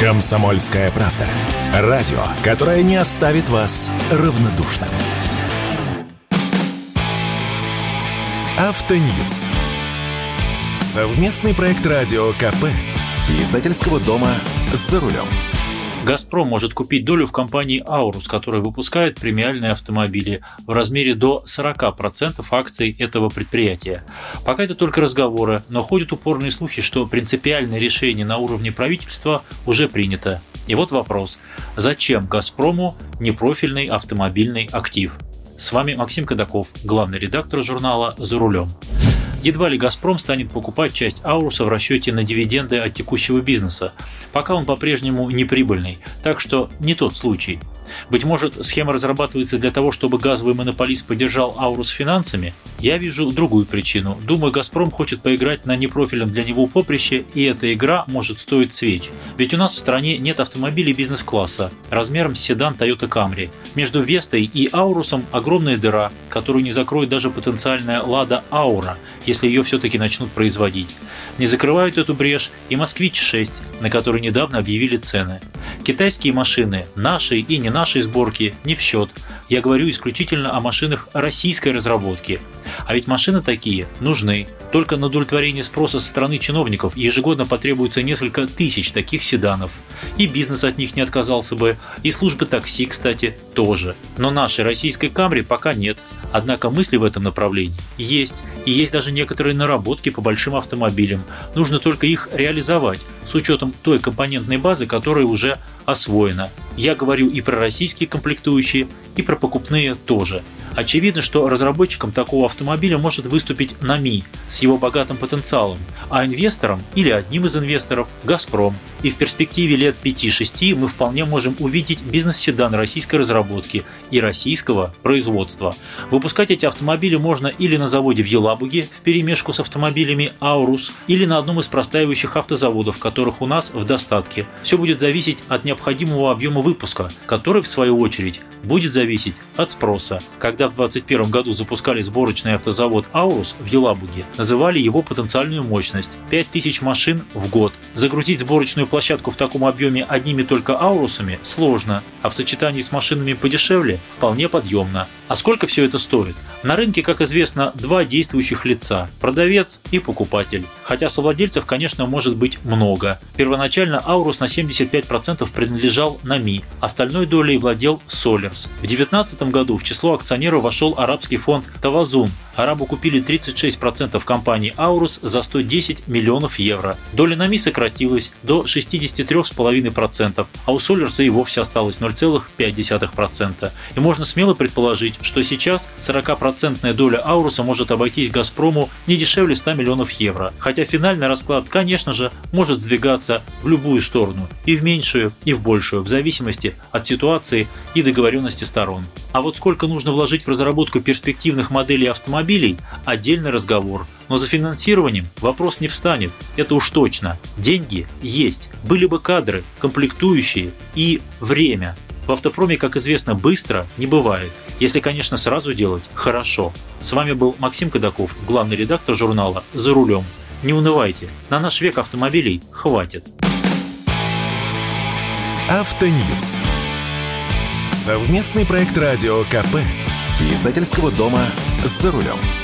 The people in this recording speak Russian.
«Комсомольская правда». Радио, которое не оставит вас равнодушным. Автоньюз. Совместный проект радио КП и издательского дома «За рулем». «Газпром» может купить долю в компании «Аурус», которая выпускает премиальные автомобили в размере до 40% акций этого предприятия. Пока это только разговоры, но ходят упорные слухи, что принципиальное решение на уровне правительства уже принято. И вот вопрос: зачем «Газпрому» непрофильный автомобильный актив? С вами Максим Кадаков, главный редактор журнала «За рулем». Едва ли «Газпром» станет покупать часть «Ауруса» в расчете на дивиденды от текущего бизнеса, пока он по-прежнему неприбыльный, так что не тот случай. Быть может, схема разрабатывается для того, чтобы газовый монополист поддержал «Аурус» финансами? Я вижу другую причину. Думаю, «Газпром» хочет поиграть на непрофильном для него поприще, и эта игра может стоить свеч. Ведь у нас в стране нет автомобилей бизнес-класса размером с седан Toyota Camry. Между Вестой и «Аурусом» огромная дыра, которую не закроет даже потенциальная «Лада Аура», если ее все-таки начнут производить. Не закрывают эту брешь и «Москвич-6», на который недавно объявили цены. Китайские машины, наши и не нашей сборки, не в счет. Я говорю исключительно о машинах российской разработки. А ведь машины такие нужны. Только на удовлетворение спроса со стороны чиновников ежегодно потребуется несколько тысяч таких седанов. И бизнес от них не отказался бы, и службы такси, кстати, тоже. Но нашей российской Camry пока нет. Однако мысли в этом направлении есть. И есть даже некоторые наработки по большим автомобилям. Нужно только их реализовать с учетом той компонентной базы, которая уже освоена. Я говорю и про российские комплектующие, и про покупные тоже. Очевидно, что разработчиком такого автомобиля может выступить НАМИ с его богатым потенциалом, а инвестором или одним из инвесторов – «Газпром». И в перспективе лет 5-6 мы вполне можем увидеть бизнес-седан российской разработки и российского производства. Выпускать эти автомобили можно или на заводе в Елабуге вперемешку с автомобилями «Аурус», или на одном из простаивающих автозаводов, которых у нас в достатке. Все будет зависеть от необходимого объема выпуска, который, в свою очередь, будет зависеть от спроса. Когда в 2021 году запускали сборочный автозавод «Аурус» в Елабуге, называли его потенциальную мощность – 5000 машин в год. Загрузить сборочную площадку в таком объеме одними только «Аурусами» сложно, а в сочетании с машинами подешевле – вполне подъемно. А сколько все это стоит? На рынке, как известно, два действующих лица – продавец и покупатель. Хотя совладельцев, конечно, может быть много. Первоначально «Аурус» на 75% принадлежал НАМИ, остальной долей владел Солерс. В 2019 году в число акционеров вошел арабский фонд «Тавазун». Арабы купили 36% компании «Аурус» за 110 миллионов евро. Доля НАМИ сократилась до 63,5%, а у Солерса и вовсе осталось 0,5%. И можно смело предположить, что сейчас 40% доля «Ауруса» может обойтись «Газпрому» не дешевле 100 миллионов евро. Хотя финальный расклад, конечно же, может сдвигаться в любую сторону, и в меньшую, и в большую, в зависимости от ситуации и договоренности сторон. А вот сколько нужно вложить в разработку перспективных моделей автомобилей – отдельный разговор. Но за финансированием вопрос не встанет, это уж точно. Деньги есть, были бы кадры, комплектующие и время. В автопроме, как известно, быстро не бывает. Если, конечно, сразу делать – хорошо. С вами был Максим Кадаков, главный редактор журнала «За рулем». Не унывайте, на наш век автомобилей хватит. Автоньюз. Совместный проект радио КП и издательского дома «За рулем».